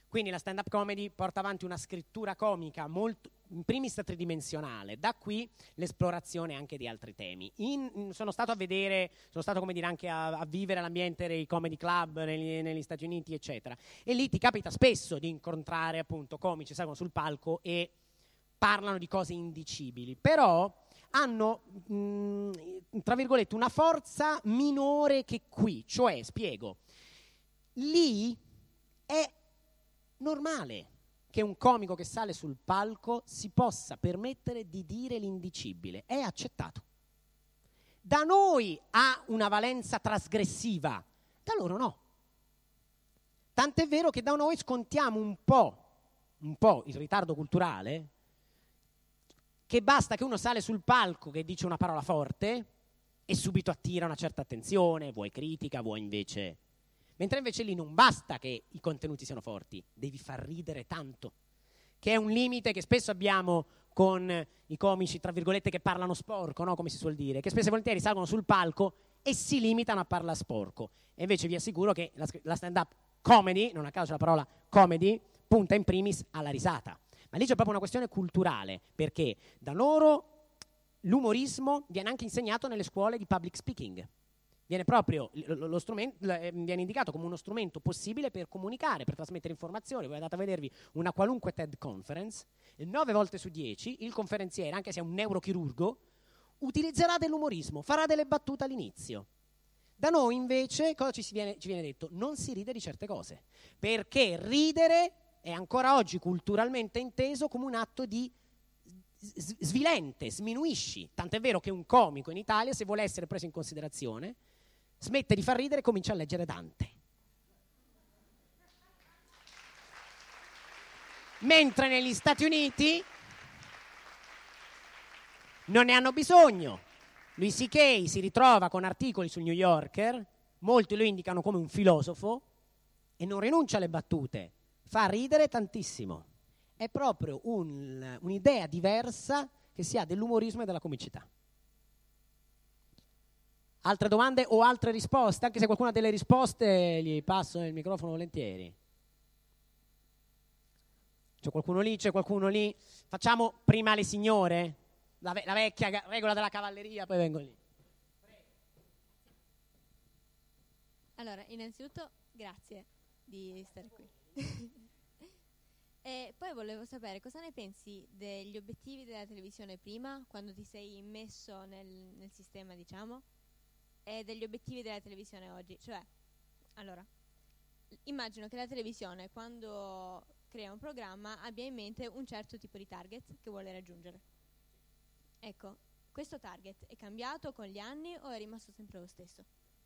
Quindi la stand-up comedy porta avanti una scrittura comica molto, in primis tridimensionale, da qui l'esplorazione anche di altri temi. In, in, sono stato a vedere, sono stato come dire anche a, a vivere l'ambiente dei comedy club negli, negli Stati Uniti, eccetera, e lì ti capita spesso di incontrare appunto comici, salgono sul palco e parlano di cose indicibili, però hanno, mh, tra virgolette, una forza minore che qui, cioè, spiego, lì è normale che un comico che sale sul palco si possa permettere di dire l'indicibile, è accettato. Da noi ha una valenza trasgressiva, da loro no. Tant'è vero che da noi scontiamo un po', un po' il ritardo culturale, che basta che uno sale sul palco che dice una parola forte e subito attira una certa attenzione, vuoi critica, vuoi invece... Mentre invece lì non basta che i contenuti siano forti, devi far ridere tanto, che è un limite che spesso abbiamo con i comici, tra virgolette, che parlano sporco, no? Come si suol dire, che spesso e volentieri salgono sul palco e si limitano a parlare sporco. E invece vi assicuro che la, la stand-up comedy, non a caso la parola comedy, punta in primis alla risata. Ma lì c'è proprio una questione culturale, perché da loro l'umorismo viene anche insegnato nelle scuole di public speaking. Viene proprio lo, lo strumento, viene indicato come uno strumento possibile per comunicare, per trasmettere informazioni. Voi andate a vedervi una qualunque TED Conference, e nove volte su dieci il conferenziere, anche se è un neurochirurgo, utilizzerà dell'umorismo, farà delle battute all'inizio. Da noi invece cosa ci, si viene, ci viene detto? Non si ride di certe cose, perché ridere è ancora oggi culturalmente inteso come un atto di svilente, sminuisci. Tant'è vero che un comico in Italia, se vuole essere preso in considerazione, smette di far ridere e comincia a leggere Dante. Mentre negli Stati Uniti non ne hanno bisogno. Louis C K si ritrova con articoli sul New Yorker, molti lo indicano come un filosofo, e non rinuncia alle battute, fa ridere tantissimo. È proprio un, un'idea diversa che si ha dell'umorismo e della comicità. Altre domande o altre risposte? Anche se qualcuno ha delle risposte, gli passo il microfono volentieri. C'è qualcuno lì, c'è qualcuno lì. Facciamo prima le signore, la, ve- la vecchia regola della cavalleria, poi vengo lì. Allora, innanzitutto, grazie di stare qui. E poi volevo sapere cosa ne pensi degli obiettivi della televisione prima, quando ti sei immesso nel, nel sistema, diciamo, e degli obiettivi della televisione oggi. Cioè, allora, immagino che la televisione, quando crea un programma, abbia in mente un certo tipo di target che vuole raggiungere. Ecco, questo target è cambiato con gli anni o è rimasto sempre lo stesso?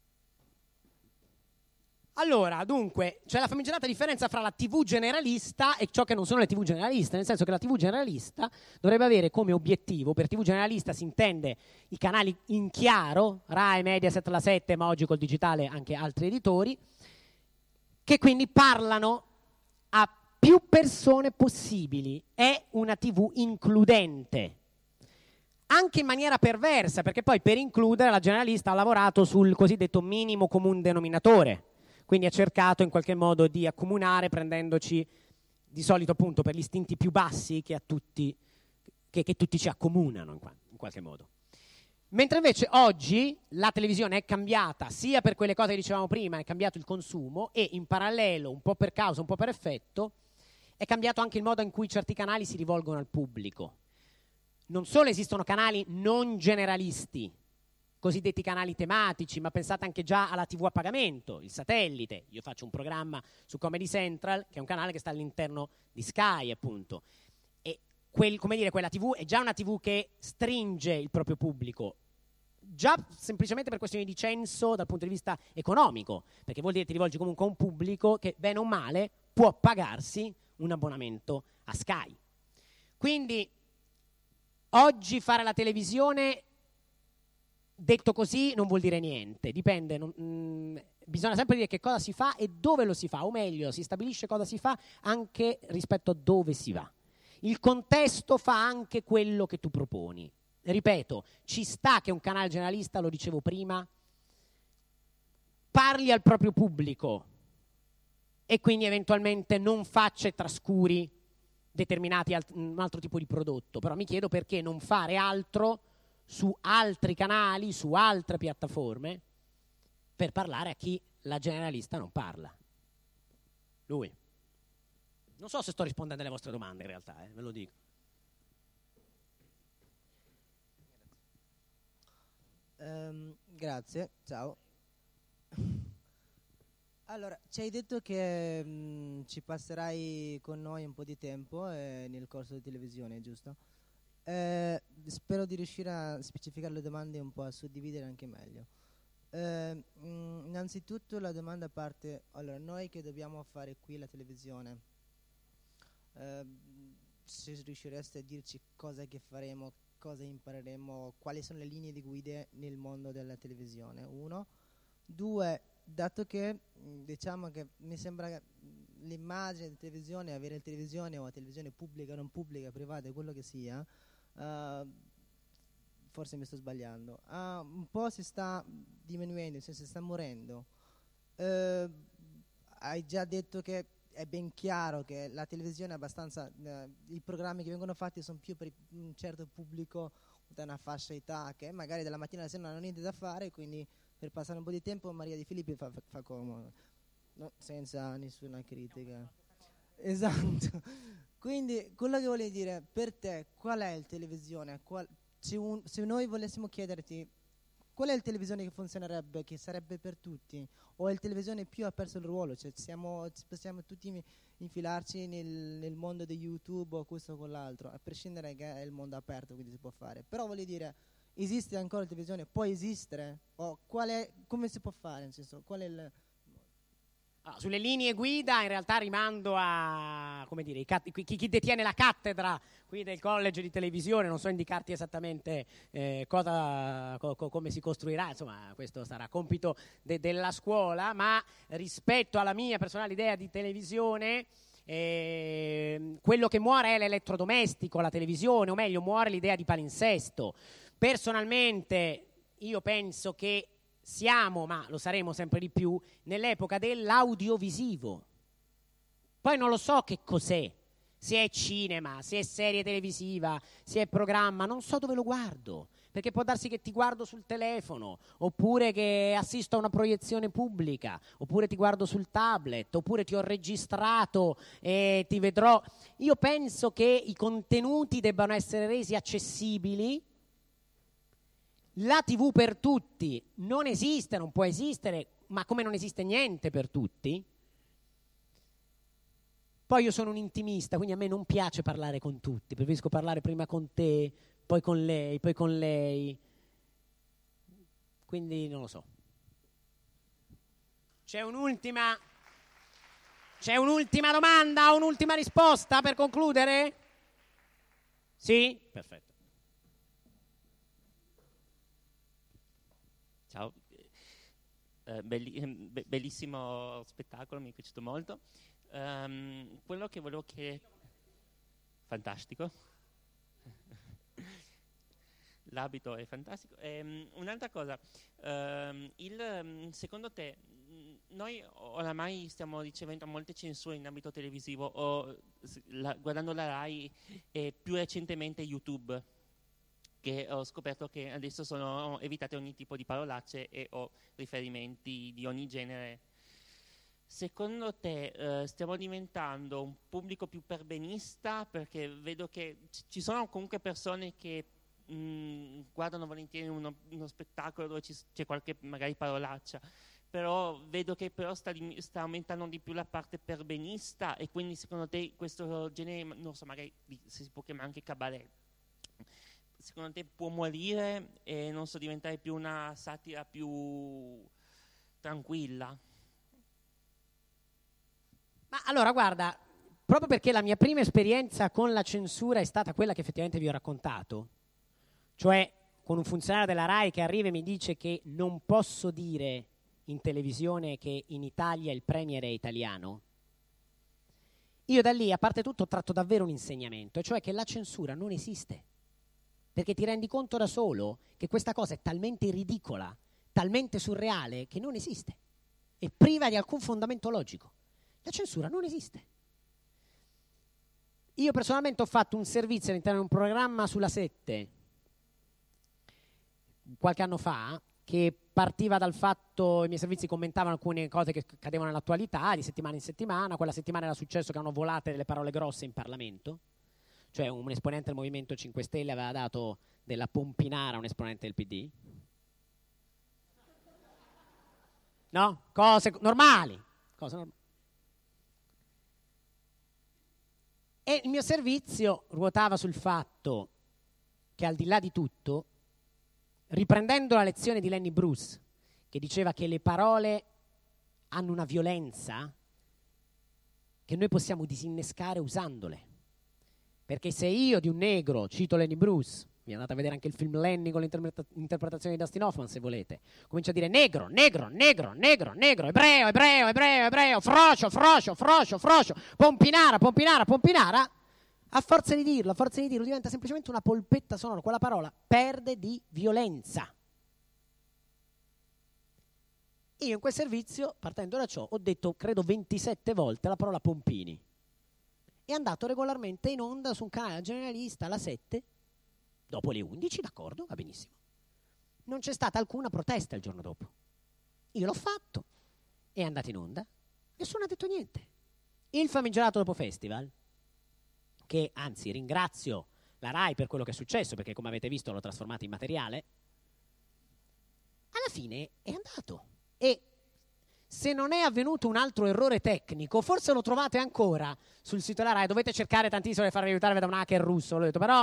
Allora, dunque, c'è la famigerata differenza fra la tivù generalista e ciò che non sono le tivù generaliste, nel senso che la tivù generalista dovrebbe avere come obiettivo, per tivù generalista si intende i canali in chiaro, Rai, Mediaset, La sette, ma oggi col digitale anche altri editori, che quindi parlano a più persone possibili. È una tivù includente, anche in maniera perversa, perché poi per includere la generalista ha lavorato sul cosiddetto minimo comune denominatore. Quindi ha cercato in qualche modo di accomunare, prendendoci di solito appunto per gli istinti più bassi che, a tutti, che, che tutti ci accomunano in, qua, in qualche modo. Mentre invece oggi la televisione è cambiata, sia per quelle cose che dicevamo prima, è cambiato il consumo, e in parallelo, un po' per causa, un po' per effetto, è cambiato anche il modo in cui certi canali si rivolgono al pubblico. Non solo esistono canali non generalisti, cosiddetti canali tematici, ma pensate anche già alla tivù a pagamento, il satellite. Io faccio un programma su Comedy Central, che è un canale che sta all'interno di Sky, appunto. E quel, come dire, quella tivù è già una tivù che stringe il proprio pubblico, già semplicemente per questioni di censo dal punto di vista economico, perché vuol dire che ti rivolgi comunque a un pubblico che, bene o male, può pagarsi un abbonamento a Sky. Quindi oggi fare la televisione, detto così, non vuol dire niente, dipende, non, mh, bisogna sempre dire che cosa si fa e dove lo si fa, o meglio, si stabilisce cosa si fa anche rispetto a dove si va. Il contesto fa anche quello che tu proponi. Ripeto, ci sta che un canale generalista, lo dicevo prima, parli al proprio pubblico, e quindi eventualmente non faccia e trascuri determinati alt- un altro tipo di prodotto. Però mi chiedo perché non fare altro su altri canali, su altre piattaforme, per parlare a chi la generalista non parla. Lui. Non so se sto rispondendo alle vostre domande in realtà, eh, ve lo dico. Um, grazie, ciao. Allora, ci hai detto che mh, ci passerai con noi un po' di tempo eh, nel corso di televisione, giusto? Eh, spero di riuscire a specificare le domande un po', a suddividere anche meglio. Eh, mh, innanzitutto la domanda parte, allora, noi che dobbiamo fare qui la televisione, eh, se riuscireste a dirci cosa che faremo, cosa impareremo, quali sono le linee di guida nel mondo della televisione, uno. Due, dato che diciamo che mi sembra che l'immagine di televisione, avere televisione o televisione pubblica, non pubblica, privata, quello che sia, uh, forse mi sto sbagliando, uh, un po' si sta diminuendo, nel senso si sta morendo. Uh, hai già detto che è ben chiaro che la televisione è abbastanza, uh, i programmi che vengono fatti sono più per un certo pubblico da una fascia età che magari dalla mattina alla sera non ha niente da fare, quindi per passare un po' di tempo Maria Di Filippi fa, fa, fa comodo, no? Senza nessuna critica. Esatto. Quindi quello che volevo dire, per te qual è il televisione? Qual, se, un, se noi volessimo chiederti qual è il televisione che funzionerebbe, che sarebbe per tutti, o il televisione più ha perso il ruolo, cioè siamo, possiamo tutti infilarci nel, nel mondo di YouTube o questo o quell'altro, a prescindere che è il mondo aperto, quindi si può fare. Però voglio dire, esiste ancora la televisione? Può esistere? O qual è, come si può fare? Nel senso, qual è il... Ah, sulle linee guida in realtà rimando a, come dire, i cat- chi, chi detiene la cattedra qui del college di televisione, non so indicarti esattamente eh, cosa, co- co- come si costruirà, insomma questo sarà compito de- della scuola, ma rispetto alla mia personale idea di televisione, eh, quello che muore è l'elettrodomestico, la televisione, o meglio muore l'idea di palinsesto. Personalmente io penso che siamo, ma lo saremo sempre di più, nell'epoca dell'audiovisivo. Poi non lo so che cos'è, se è cinema, se è serie televisiva, se è programma, non so dove lo guardo, perché può darsi che ti guardo sul telefono, oppure che assisto a una proiezione pubblica, oppure ti guardo sul tablet, oppure ti ho registrato e ti vedrò. Io penso che i contenuti debbano essere resi accessibili. La tivù per tutti non esiste, non può esistere, ma come non esiste niente per tutti. Poi io sono un intimista, quindi a me non piace parlare con tutti, preferisco parlare prima con te, poi con lei, poi con lei. Quindi non lo so. C'è un'ultima C'è un'ultima domanda, un'ultima risposta per concludere? Sì? Perfetto. Ciao, eh, belli- be- bellissimo spettacolo, mi è piaciuto molto. Um, quello che volevo chiedere, fantastico, l'abito è fantastico. Um, un'altra cosa, um, il, secondo te, noi oramai stiamo ricevendo molte censure in ambito televisivo, o la, guardando la Rai e più recentemente YouTube, che ho scoperto che adesso sono evitate ogni tipo di parolacce e o riferimenti di ogni genere. Secondo te eh, stiamo diventando un pubblico più perbenista? Perché vedo che c- ci sono comunque persone che mh, guardano volentieri uno, uno spettacolo dove ci, c'è qualche magari parolaccia, però vedo che però sta, sta aumentando di più la parte perbenista, e quindi secondo te questo genere, non so, magari se si può chiamare anche cabaret, secondo te può morire e non so, diventare più una satira più tranquilla? Ma allora guarda, proprio perché la mia prima esperienza con la censura è stata quella che effettivamente vi ho raccontato, cioè con un funzionario della Rai che arriva e mi dice che non posso dire in televisione che in Italia il premier è italiano, io da lì, a parte tutto, ho tratto davvero un insegnamento, cioè che la censura non esiste. Perché ti rendi conto da solo che questa cosa è talmente ridicola, talmente surreale, che non esiste, è priva di alcun fondamento logico. La censura non esiste. Io personalmente ho fatto un servizio all'interno di un programma sulla sette qualche anno fa, che partiva dal fatto, i miei servizi commentavano alcune cose che cadevano nell'attualità di settimana in settimana. Quella settimana era successo che erano volate delle parole grosse in Parlamento, cioè un esponente del Movimento cinque Stelle aveva dato della pompinara a un esponente del P D. No? Cose normali, cose normali. E il mio servizio ruotava sul fatto che, al di là di tutto, riprendendo la lezione di Lenny Bruce, che diceva che le parole hanno una violenza che noi possiamo disinnescare usandole. Perché se io di un negro, cito Lenny Bruce, vi andate a vedere anche il film Lenny con l'interpretazione di Dustin Hoffman se volete, comincia a dire negro, negro, negro, negro, negro, ebreo, ebreo, ebreo, ebreo, frocio, frocio, frocio, frocio, pompinara, pompinara, pompinara, a forza di dirlo, a forza di dirlo, diventa semplicemente una polpetta sonora. Quella parola perde di violenza. Io in quel servizio, partendo da ciò, ho detto, credo ventisette volte la parola pompini. È andato regolarmente in onda su un canale generalista alla sette, dopo le undici, d'accordo, va benissimo. Non c'è stata alcuna protesta il giorno dopo. Io l'ho fatto, è andato in onda, nessuno ha detto niente. Il famigerato Dopo Festival, che anzi ringrazio la RAI per quello che è successo, perché come avete visto l'ho trasformato in materiale, alla fine è andato. E se non è avvenuto un altro errore tecnico, forse lo trovate ancora sul sito della RAI, dovete cercare tantissimo per farvi aiutare da un hacker russo, l'ho detto, però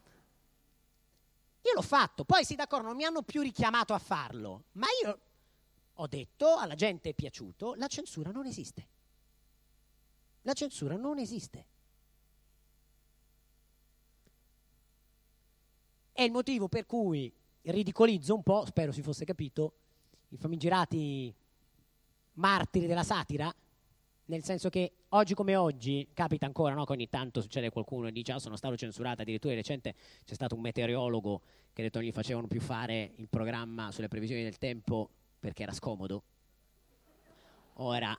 io l'ho fatto. Poi sì, d'accordo, non mi hanno più richiamato a farlo, ma io ho detto, alla gente è piaciuto, la censura non esiste. La censura non esiste. È il motivo per cui ridicolizzo un po', spero si fosse capito, i famigerati martiri della satira, nel senso che oggi come oggi capita ancora, no, che ogni tanto succede qualcuno e dice ah, sono stato censurato. Addirittura di recente c'è stato un meteorologo che ha detto non gli facevano più fare il programma sulle previsioni del tempo perché era scomodo. Ora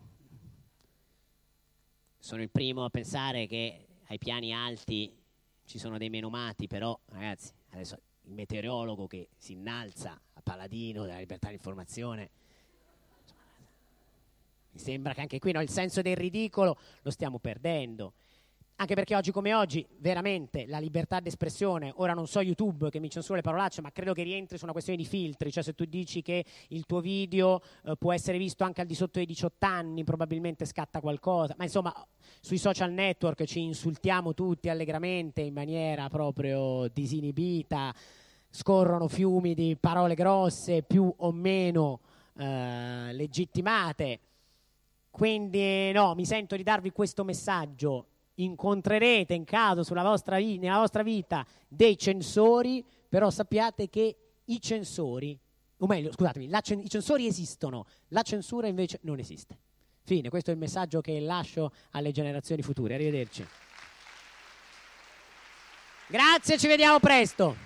sono il primo a pensare che ai piani alti ci sono dei menomati, però ragazzi, adesso il meteorologo che si innalza a paladino della libertà di informazione, insomma, mi sembra che anche qui, no, il senso del ridicolo lo stiamo perdendo. Anche perché oggi come oggi, veramente, la libertà d'espressione, ora non so YouTube che mi censura le parolacce, ma credo che rientri su una questione di filtri, cioè se tu dici che il tuo video eh, può essere visto anche al di sotto dei diciotto anni, probabilmente scatta qualcosa, ma insomma sui social network ci insultiamo tutti allegramente in maniera proprio disinibita, scorrono fiumi di parole grosse più o meno eh, legittimate, quindi no, mi sento di darvi questo messaggio. Incontrerete in caso sulla vostra vi- nella vostra vita dei censori, però sappiate che i censori, o meglio, scusatemi, la cen- i censori esistono, la censura invece non esiste. Fine, questo è il messaggio che lascio alle generazioni future. Arrivederci. Grazie, ci vediamo presto.